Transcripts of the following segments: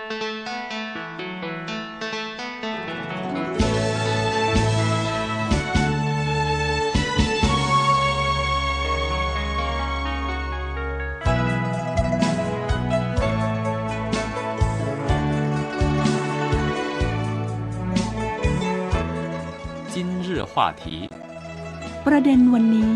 话题ประเด็นวันนี้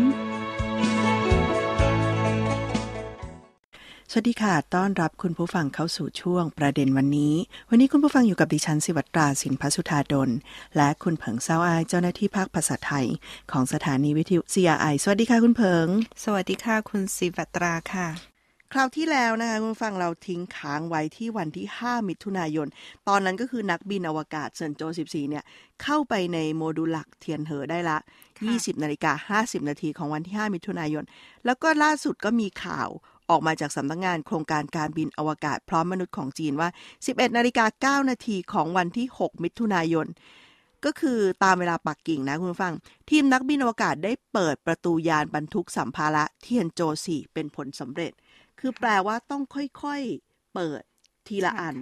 สวัสดีค่ะต้อนรับคุณผู้ฟังเข้าสู่ช่วงประเด็นวันนี้คุณผู้ฟังอยู่กับดิฉันศิวัตราสินพสุธาดลและคุณเผิงเซาอายเจ้าหน้าที่ภาคภาษาไทยของสถานีวิทยุ CRI สวัสดีค่ะคุณเผิงสวัสดีค่ะคุณศิวัตราค่ะคราวที่แล้วนะคะคุณผู้ฟังเราทิ้งค้างไว้ที่วันที่5มิถุนายนตอนนั้นก็คือนักบินอวกาศเซินโจ14เนี่ยเข้าไปในโมดูลหลักเทียนเหอได้ละ 20:50 นาทีของวันที่5มิถุนายนแล้วก็ล่าสุดก็มีข่าวออกมาจากสำนักงานโครงการการบินอวกาศพร้อมมนุษย์ของจีนว่า 11:09 นาทีของวันที่6มิถุนายนก็คือตามเวลาปักกิ่งนะคุณผู้ฟังทีมนักบินอวกาศได้เปิดประตูยานบรรทุกสัมภาระเทียนโจ4เป็นผลสำเร็จคือแปลว่าต้องค่อยๆเปิดทีละอัน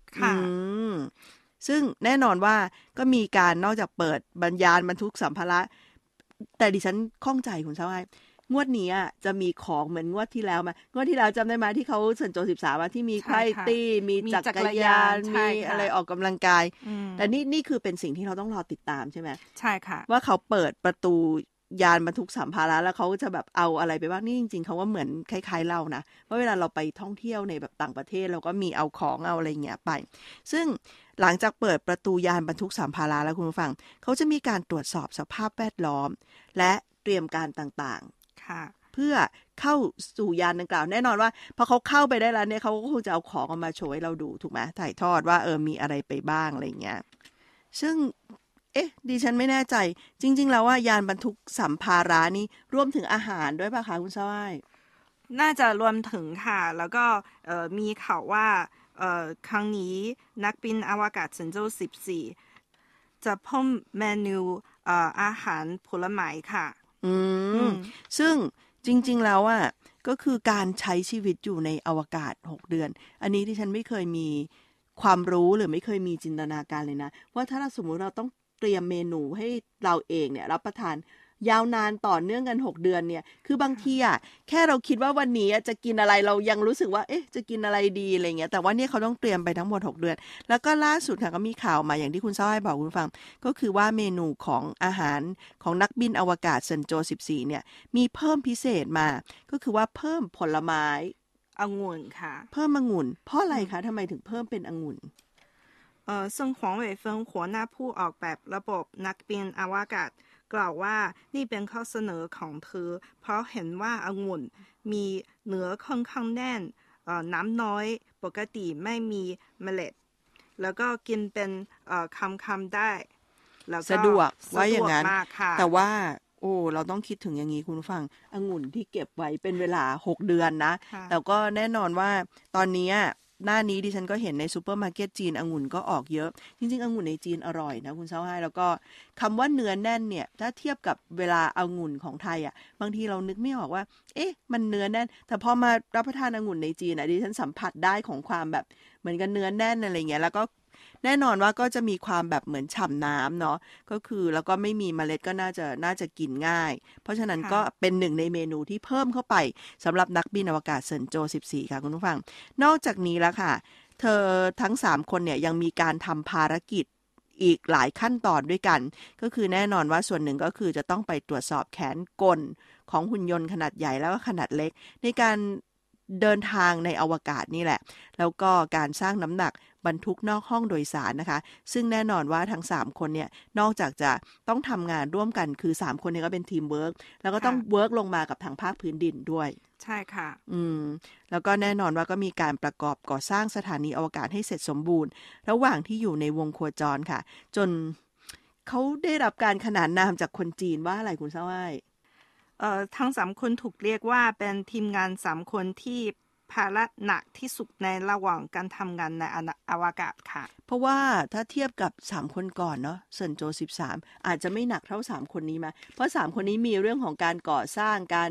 ซึ่งแน่นอนว่าก็มีการนอกจากเปิดยานบรรทุกสัมภาระแต่ดิฉันข้องใจคุณเช้าไงวดนี้จะมีของเหมือนงวดที่แล้วมางวดที่แล้วจำได้ไหมที่เขาเซินโจ13ที่มีไคตี้มีจักรยานมีอะไรออกกำลังกายแต่นี่คือเป็นสิ่งที่เราต้องรอติดตามใช่ไหมใช่ค่ะว่าเขาเปิดประตูยานบรรทุกสัมภาระแล้วเขาจะแบบเอาอะไรไปบ้างนี่จริงๆเขาว่าเหมือนคล้ายๆเรานะเพราะเวลาเราไปท่องเที่ยวในแบบต่างประเทศเราก็มีเอาของเอาอะไรเงี้ยไปซึ่งหลังจากเปิดประตูยานบรรทุกสัมภาระแล้วคุณผู้ฟังเขาจะมีการตรวจสอบสภาพแวดล้อมและเตรียมการต่างๆค่ะเพื่อเข้าสู่ยานดังกล่าวแน่นอนว่าพอเขาเข้าไปได้แล้วเนี่ยเขาก็คงจะเอาของออกมาโชว์ให้เราดูถูกไหมถ่ายทอดว่ามีอะไรไปบ้างอะไรเงี้ยซึ่งดิฉันไม่แน่ใจจริงๆแล้วว่ายานบรรทุกสัมภาระนี่รวมถึงอาหารด้วยป่ะคะคุณสวายน่าจะรวมถึงค่ะแล้วก็มีข่าวว่าครั้งนี้นักบินอวกาศเซินโจ14จะเพิ่มเมนูอาหารผลไม้ค่ะซึ่งจริงๆแล้วก็คือการใช้ชีวิตอยู่ในอวกาศ6เดือนอันนี้ที่ฉันไม่เคยมีความรู้หรือไม่เคยมีจินตนาการเลยนะว่าถ้าสมมุติเราต้องเตรียมเมนูให้เราเองเนี่ยรับประทานยาวนานต่อเนื่องกัน6เดือนเนี่ยคือบางทีแค่เราคิดว่าวันนี้จะกินอะไรเรายังรู้สึกว่าจะกินอะไรดีอะไรเงี้ยแต่ว่าเนี่ยเขาต้องเตรียมไปทั้งหมด6เดือนแล้วก็ล่าสุดค่ะก็มีข่าวมาอย่างที่คุณซ้อยบอกคุณฟังก็คือว่าเมนูของอาหารของนักบินอวกาศเซินโจ14เนี่ยมีเพิ่มพิเศษมาก็คือว่าเพิ่มผลไม้องุ่นค่ะเพิ่มองุ่นเพราะอะไรคะทำไมถึงเพิ่มเป็นองุ่นซึ่งหวังเว่ยเฟิงหัวหน้าผู้ออกแบบระบบนักบินอวกาศกล่าวว่านี่เป็นข้อเสนอของเธอเพราะเห็นว่าองุ่นมีเนื้อค่อนข้างแน่นน้ำน้อยปกติไม่มีเมล็ดแล้วก็กินเป็นคำๆได้แล้วก็สะดวกว่าอย่างนั้นแต่ว่าเราต้องคิดถึงอย่างนี้คุณผู้ฟังองุ่นที่เก็บไว้เป็นเวลา6เดือนนะแต่ก็แน่นอนว่าตอนนี้หน้านี้ดิฉันก็เห็นในซูเปอร์มาร์เก็ตจีนองุ่นก็ออกเยอะจริงๆองุ่นในจีนอร่อยนะคุณเช้าให้แล้วก็คำว่าเนื้อแน่นเนี่ยถ้าเทียบกับเวลาองุ่นของไทยบางทีเรานึกไม่ออกว่ามันเนื้อแน่นแต่พอมารับประทานองุ่นในจีนดิฉันสัมผัสได้ของความแบบเหมือนกันเนื้อแน่นอะไรเงี้ยแล้วก็แน่นอนว่าก็จะมีความแบบเหมือนฉ่ำน้ำเนาะก็คือแล้วก็ไม่มีเมล็ดก็น่าจะกินง่ายเพราะฉะนั้นก็เป็นหนึ่งในเมนูที่เพิ่มเข้าไปสำหรับนักบินอวกาศเซินโจ14ค่ะคุณผู้ฟังนอกจากนี้แล้วค่ะเธอทั้ง3คนเนี่ยยังมีการทำภารกิจอีกหลายขั้นตอนด้วยกันก็คือแน่นอนว่าส่วนหนึ่งก็คือจะต้องไปตรวจสอบแขนกลของหุ่นยนต์ขนาดใหญ่แล้วก็ขนาดเล็กในการเดินทางในอวกาศนี่แหละแล้วก็การสร้างน้ำหนักบรรทุกนอกห้องโดยสารนะคะซึ่งแน่นอนว่าทั้ง3คนเนี่ยนอกจากจะต้องทำงานร่วมกันคือ3คนเนี่ยก็เป็นทีมเวิร์กแล้วก็ต้องเวิร์กลงมากับทางภาคพื้นดินด้วยใช่ค่ะแล้วก็แน่นอนว่าก็มีการประกอบก่อสร้างสถานีอวกาศให้เสร็จสมบูรณ์ระหว่างที่อยู่ในวงโคจรค่ะจนเขาได้รับการขนานนามจากคนจีนว่าอะไรคุณเซ้าอ้ายทั้ง3คนถูกเรียกว่าเป็นทีมงาน3คนที่ภาระหนักที่สุดในระหว่างการทำงานในอวกาศค่ะเพราะว่าถ้าเทียบกับ3คนก่อนเนาะเซินโจ13อาจจะไม่หนักเท่า3คนนี้มาเพราะ3คนนี้มีเรื่องของการก่อสร้างการ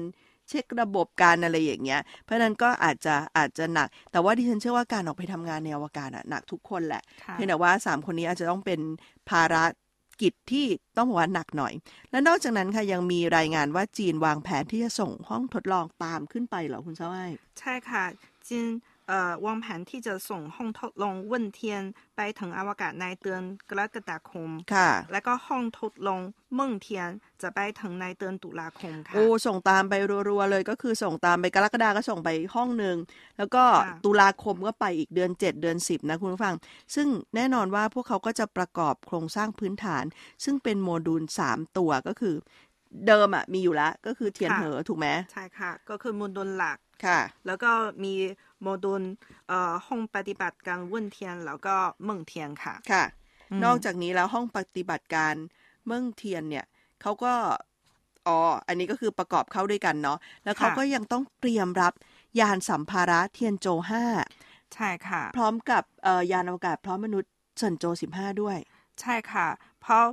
เช็คระบบการอะไรอย่างเงี้ยเพราะนั้นก็อาจจะหนักแต่ว่าดิฉันเชื่อว่าการออกไปทำงานในอวกาศหนักทุกคนแหละเพียงแต่ว่า3คนนี้อาจจะต้องเป็นภารกิจที่ต้องบอกว่าหนักหน่อยและนอกจากนั้นค่ะยังมีรายงานว่าจีนวางแผนที่จะส่งห้องทดลองตามขึ้นไปเหรอคุณเจ้าอ้ายใช่ค่ะจีนวางแผนที่จะส่งห้องทดลอง问天ไปถึงอวกาศในเดือนกรกฎาคมค่ะแล้วก็ห้องทดลอง梦天จะไปถึงในเดือนตุลาคมค่ะโอ้ส่งตามไปรัวๆเลยก็คือส่งตามไปกรกฎาก็ส่งไปห้องนึงแล้วก็ตุลาคมก็ไปอีกเดือน7เดือน10นะคุณผู้ฟังซึ่งแน่นอนว่าพวกเขาก็จะประกอบโครงสร้างพื้นฐานซึ่งเป็นโมดูล3ตัวก็คือเดิมมีอยู่แล้วก็คือเทียนเหอถูกไหมใช่ค่ะก็คือโมดูลหลักค่ะแล้วก็มีโมดูลห้องปฏิบัติการเว่นเทียนแล้วก็เมืองเทียนค่ะค่ะนอกจากนี้แล้วห้องปฏิบัติการเมืองเทียนเนี่ยเขาก็อันนี้ก็คือประกอบเข้าด้วยกันเนาะแล้วเขาก็ยังต้องเตรียมรับยานสัมภาระเทียนโจ5ใช่ค่ะพร้อมกับยานอวกาศพร้อมมนุษย์เซินโจ15ด้วยใช่ค่ะเพราะ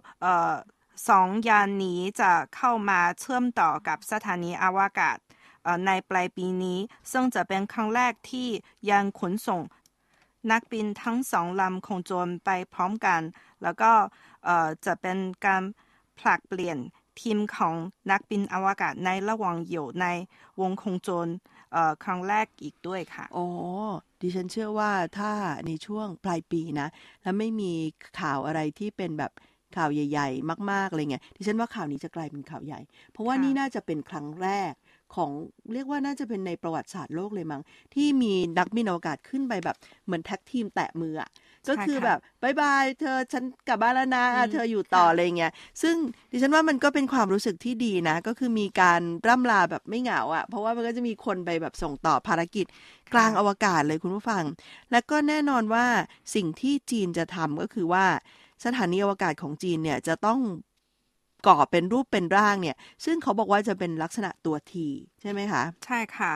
2ยานนี้จะเข้ามาเชื่อมต่อกับสถานีอวกาศในปลายปีนี้ซึ่งจะเป็นครั้งแรกที่ยานขนส่งนักบินทั้ง2ลำโคจรไปพร้อมกันแล้วก็จะเป็นการผลัดเปลี่ยนทีมของนักบินอวกาศในระหว่างอยู่ในวงโคจรครั้งแรกอีกด้วยค่ะดิฉันเชื่อว่าถ้าในช่วงปลายปีนะแล้วไม่มีข่าวอะไรที่เป็นแบบข่าวใหญ่ๆมากๆอะไรเงี้ยดิฉันว่าข่าวนี้จะกลายเป็นข่าวใหญ่เพราะว่านี่น่าจะเป็นครั้งแรกของเรียกว่าน่าจะเป็นในประวัติศาสตร์โลกเลยมั้งที่มีนักบินอวกาศขึ้นไปแบบเหมือนแท็กทีมแตะมือก็คือแบบบายบายเธอฉันกลับบ้านแล้วนะเธออยู่ต่ออะไรเงี้ยซึ่งดิฉันว่ามันก็เป็นความรู้สึกที่ดีนะก็คือมีการร่ำลาแบบไม่เหงาเพราะว่ามันก็จะมีคนไปแบบส่งต่อภารกิจกลางอวกาศเลยคุณผู้ฟังและก็แน่นอนว่าสิ่งที่จีนจะทำก็คือว่าสถานีอวกาศของจีนเนี่ยจะต้องก่อเป็นรูปเป็นร่างเนี่ยซึ่งเขาบอกว่าจะเป็นลักษณะตัวทีใช่ไหมคะใช่ค่ะ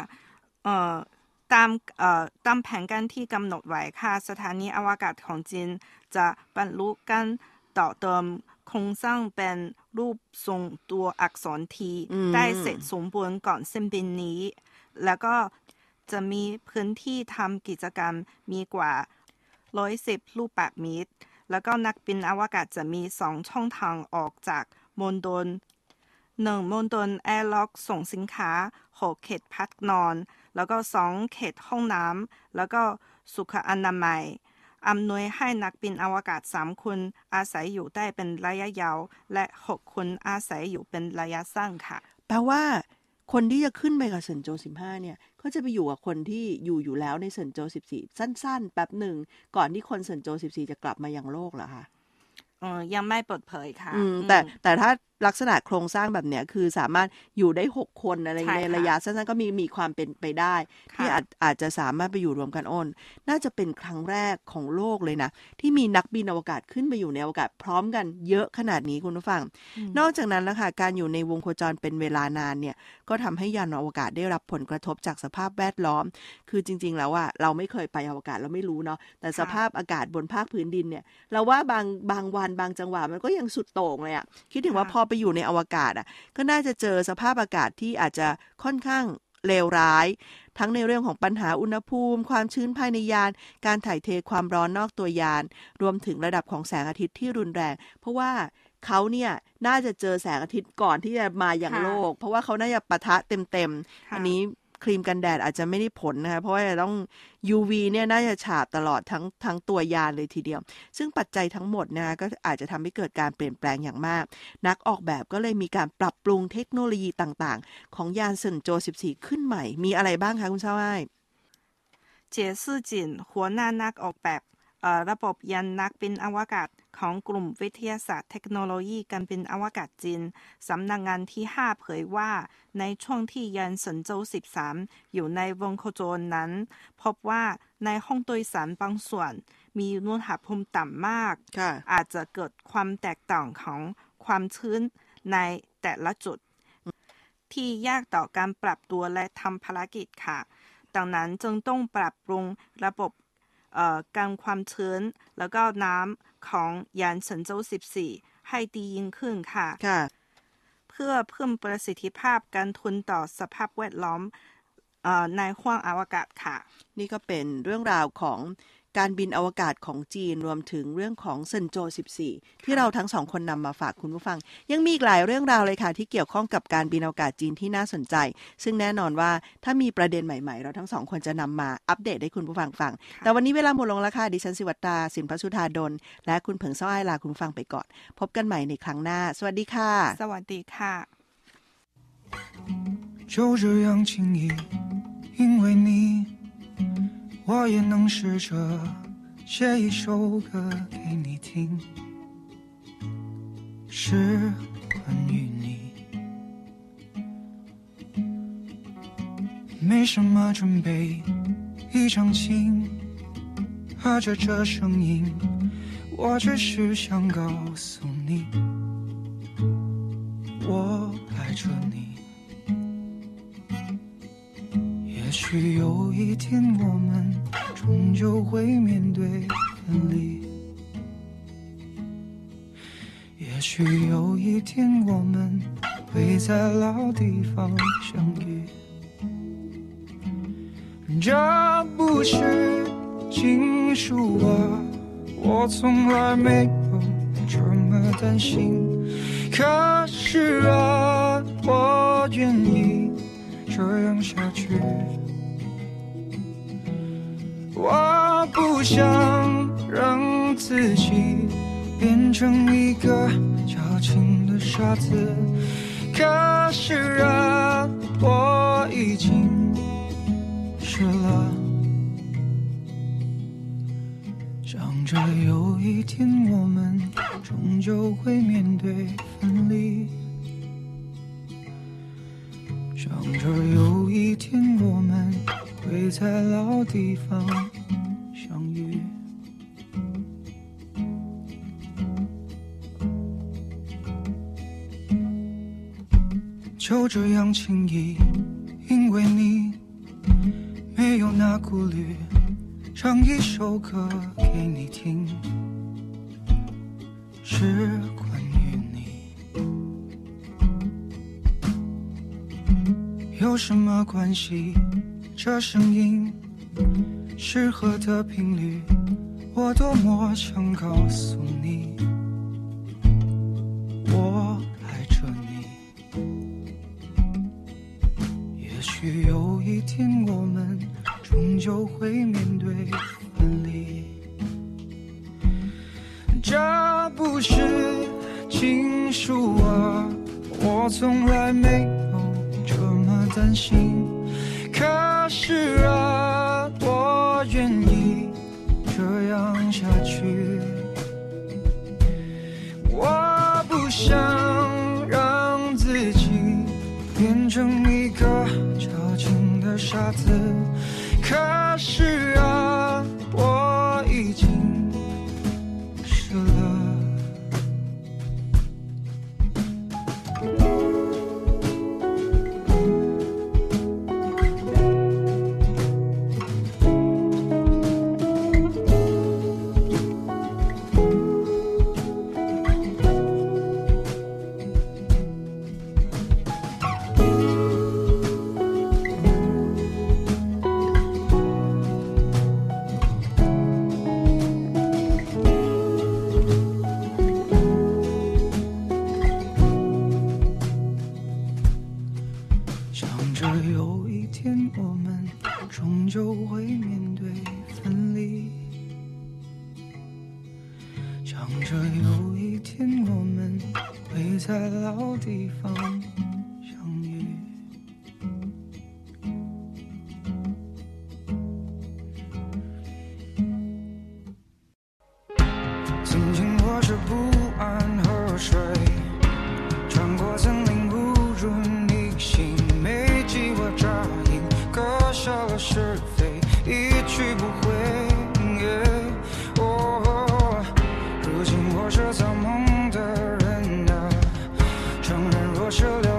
ตามแผนการที่กำหนดไว้ค่ะสถานีอวกาศของจีนจะบรรลุการต่อเติมโครงสร้างเป็นรูปทรงตัวอักษรทีได้เสร็จสมบูรณ์ก่อนสิ้นปีนี้แล้วก็จะมีพื้นที่ทำกิจกรรมมีกว่า110ลูกบาศก์เมตรแล้วก็นักบินอวกาศจะมี2ช่องทางออกจากมณฑล1มณฑลแอร์ล็อกส่งสินค้า6เขตพักนอนแล้วก็2เขตห้องน้ำแล้วก็สุขอนามัยอำนวยให้นักบินอวกาศ3คนอาศัยอยู่ได้เป็นระยะยาวและ6คนอาศัยอยู่เป็นระยะสั้นค่ะแปลว่าคนที่จะขึ้นไปกับเซินโจ15เนี่ยก็จะไปอยู่กับคนที่อยู่แล้วในเซินโจ14สั้นๆแป๊บหนึ่งก่อนที่คนเซินโจ14จะกลับมายังโลกเหรอคะยังไม่เปิดเผยค่ะแต่ถ้าลักษณะโครงสร้างแบบเนี้ยคือสามารถอยู่ได้6คนอะไรในระยะสั้นๆก็มีความเป็นไปได้ที่อาจจะสามารถไปอยู่รวมกันน่าจะเป็นครั้งแรกของโลกเลยนะที่มีนักบินอวกาศขึ้นไปอยู่ในอวกาศพร้อมกันเยอะขนาดนี้คุณผู้ฟังนอกจากนั้นแล้วค่ะการอยู่ในวงโคจรเป็นเวลานานเนี่ยก็ทำให้ยานอวกาศได้รับผลกระทบจากสภาพแวดล้อมคือจริงๆแล้วเราไม่เคยไปอวกาศเราไม่รู้เนาะแต่สภาพอากาศบนภาคพื้นดินเนี่ยเราว่าบางวันบางจังหวะมันก็ยังสุดโต่งเลยคิดถึงว่าพอไปอยู่ในอวกาศก็น่าจะเจอสภาพอากาศที่อาจจะค่อนข้างเลวร้ายทั้งในเรื่องของปัญหาอุณหภูมิความชื้นภายในยานการถ่ายเทความร้อนนอกตัวยานรวมถึงระดับของแสงอาทิตย์ที่รุนแรงเพราะว่าเขาเนี่ยน่าจะเจอแสงอาทิตย์ก่อนที่จะมาอย่างโลกเพราะว่าเขาน่าจะปะทะเต็มๆอันนี้ครีมกันแดดอาจจะไม่ได้ผลนะคะเพราะว่าจะต้อง UV เนี่ยน่าจะฉาบตลอดทั้งตัวยานเลยทีเดียวซึ่งปัจจัยทั้งหมดนะคะก็อาจจะทำให้เกิดการเปลี่ยนแปลงอย่างมากนักออกแบบก็เลยมีการปรับปรุงเทคโนโลยีต่างๆของยานเซินโจ14ขึ้นใหม่มีอะไรบ้างคะคุณเช้าอ้ายเจซื่อจินหัวหน้านักออกแบบระบบยานนักบินอวกาศของกลุ่มวิทยาศาสตร์เทคโนโลยีการบินอวกาศจีนสำนักงานที่5เผยว่าในช่วงที่ยานเซินโจ13อยู่ในวงโคจรนั้นพบว่าในห้องโดยสารบางส่วนมีอุณหภูมิต่ำมากอาจจะเกิดความแตกต่างของความชื้นในแต่ละจุดที่ยากต่อการปรับตัวและทำภารกิจค่ะดังนั้นจึงต้องปรับปรุงระบบกันความชื้นแล้วก็น้ำของยานเซินโจ14ให้ดียิ่งขึ้นค่ะเพื่อเพิ่มประสิทธิภาพการทนต่อสภาพแวดล้อมในห้วงอวกาศค่ะนี่ก็เป็นเรื่องราวของการบินอวกาศของจีนรวมถึงเรื่องของเซินโจ14ที่เราทั้งสองคนนำมาฝากคุณผู้ฟังยังมีอีกหลายเรื่องราวเลยค่ะที่เกี่ยวข้องกับการบินอวกาศจีนที่น่าสนใจซึ่งแน่นอนว่าถ้ามีประเด็นใหม่ๆเราทั้งสองคนจะนำมาอัปเดตให้คุณผู้ฟังฟังแต่วันนี้เวลาหมดลงแล้วค่ะดิฉันศิวัตราสินพัชสุธาดลและคุณเผิงซ้ออ้ายลาคุณผู้ฟังไปก่อนพบกันใหม่ในครั้งหน้าสวัสดีค่ะสวัสดีค่ะ就这样轻易因为你我也能试着写一首歌给你听是关于你没什么准备一场情和着这声音我只是想告诉你我爱着你也许有一天我们终究会面对分离也许有一天我们会在老地方相遇这不是情书啊我从来没有这么担心可是啊我愿意这样下去我不想让自己变成一个矫情的傻子可是啊我已经是了想着有一天我们终究会面对分离想着有一天我们会在老地方相遇就这样轻易因为你没有那顾虑唱一首歌给你听是关于你有什么关系这声音适合的频率我多么想告诉你我爱着你也许有一天我们终究会面对分离这不是情书啊我从来没有这么担心可是啊我愿意这样下去我不想让自己变成一个矫情的傻子可是啊我已经是了有一天我们终究会面对分离想着有一天我们会在老地方相遇曾经我是不安河水穿过森林不准逆行没计划扎营割舍了是非一去不回如今我是造梦的人啊承认若是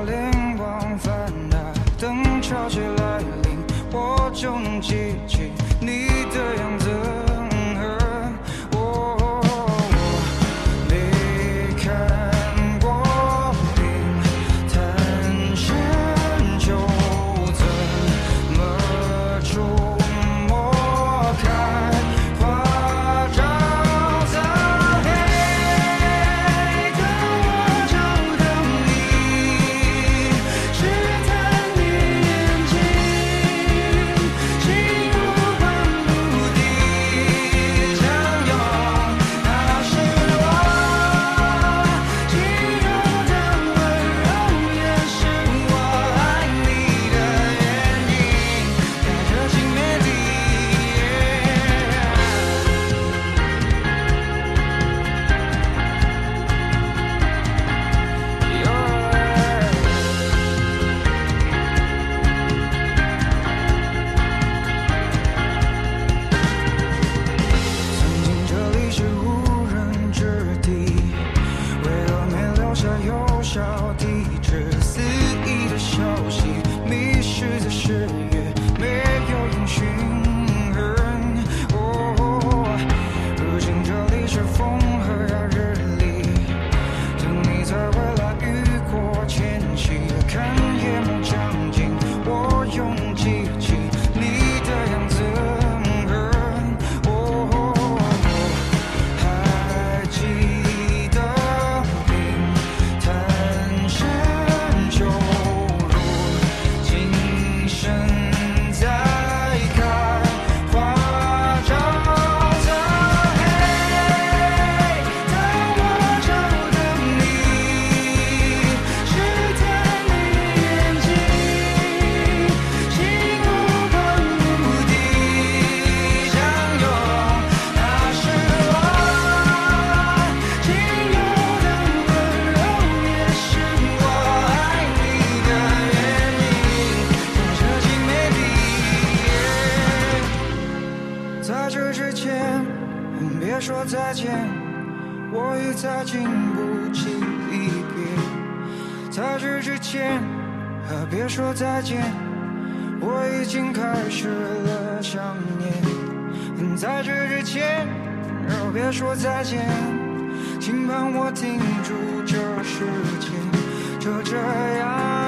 别说再见，我已在经不起离别。在这之前，别说再见，我已经开始了想念。在这之前，别说再见，请帮我停住这时间，就这样。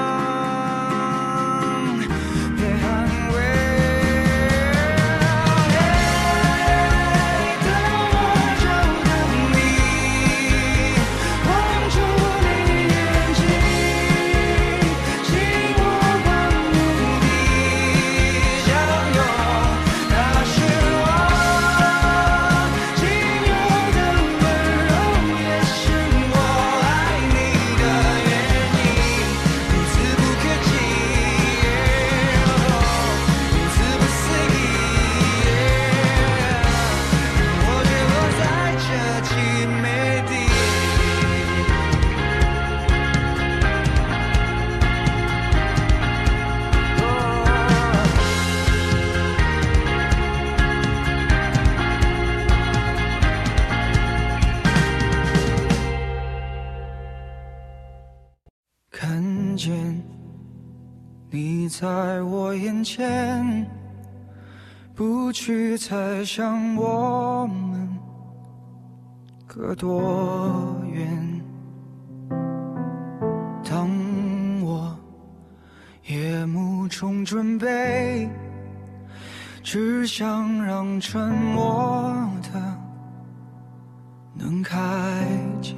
看见你在我眼前，不去猜想我们隔多远。当我夜幕中准备，只想让沉默的能开解。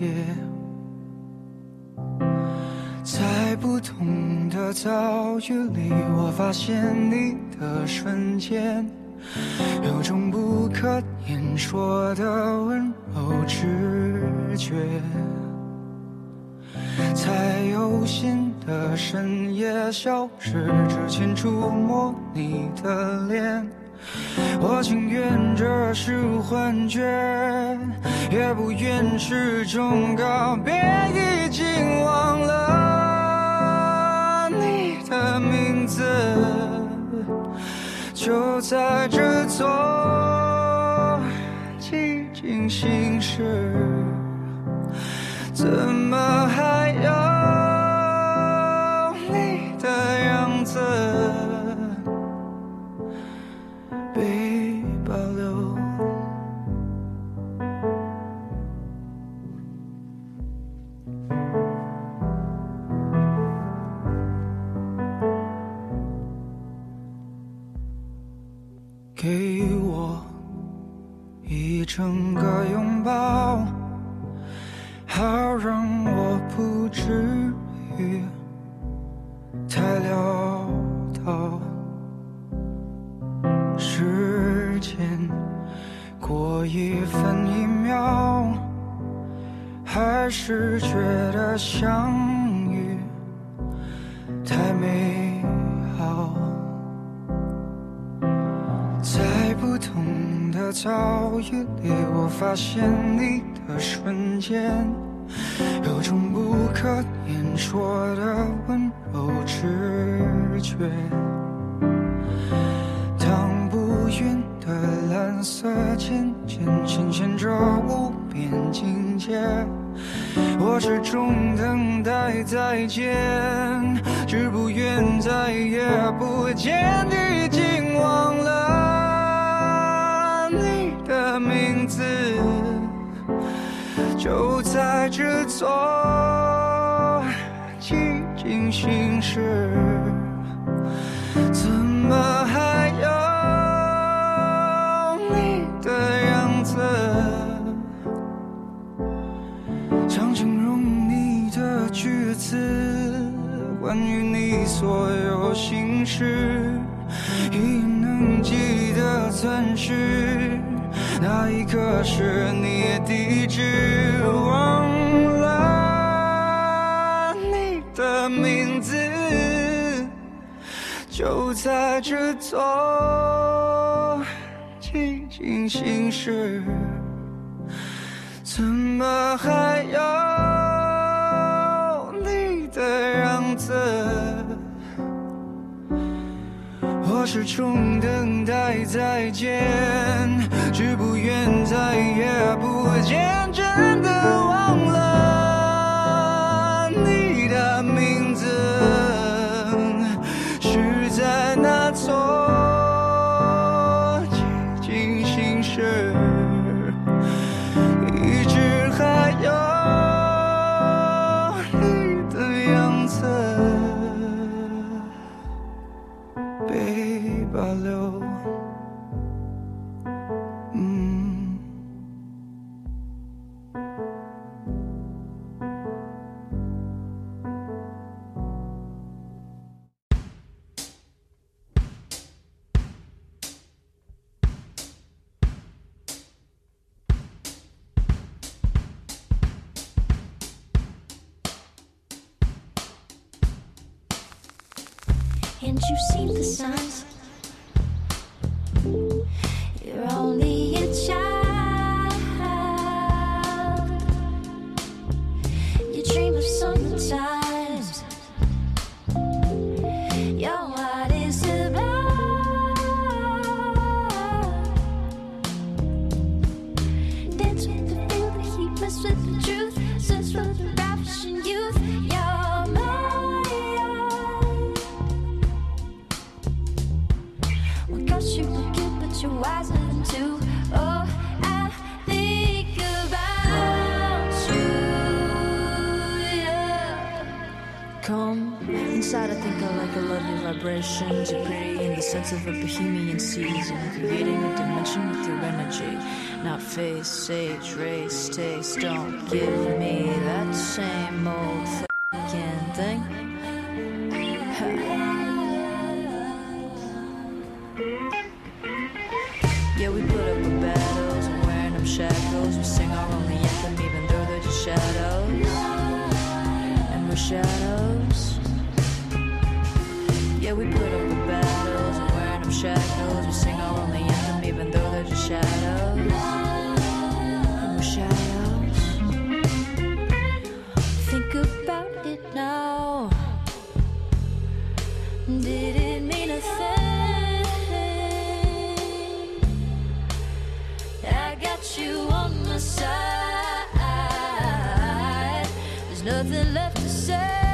在不同的遭遇里，我发现你的瞬间，有种不可言说的温柔直觉。在有心的深夜消失之前触摸你的脸，我情愿这是幻觉，也不愿是种告别。已经忘了你的名字，就在这座寂静心事，怎么还有你的样子被保留？给我一整个拥抱，好让我不至于太潦倒。时间过一分一秒，还是觉得相遇太美好。在不同的遭遇里，我发现你的瞬间，有种不可言说的温柔直觉。当不匀的蓝色渐渐显现着无边境界，我始终等待再见，只不愿再也不见。已经忘了你的名字，就在这座寂静心事，怎么还有你的样子？想形容你的句子，关于你所有心事，已能记得钻石，那一刻是你地址。忘了你的名字，就在这座寂静心事，怎么还有你的样子？我始终等待再见，只不愿再也不见真的忘了你的名字，是在那座寂静心事，一直还有你的样子被保留。 Can't you see the signs? You're only a child. You dream of summertimes. Your heart is about. Dance with the feel, the heat, mess with the truth. Search for the ravishing youth. You're mine. Well, gosh, you look good, but you're wiser than two. Oh, I think about you, yeah. Come inside, I think I like, I love your vibrations. You're pretty in the sense of a bohemian season, creating a dimension with your energy. Not face, sage, race, taste. Don't give me that same old fucking thing. Ha. Yeah, we put up with battles and wearing them shackles. We sing our only anthem even though they're just shadows. And we're shadows. Yeah, we put up with battles and wearing them shackles. We sing our only anthem even though they're just shadows. And we're shadows. Think about it now. Did it mean a thing? I got you on my side. There's nothing left to say.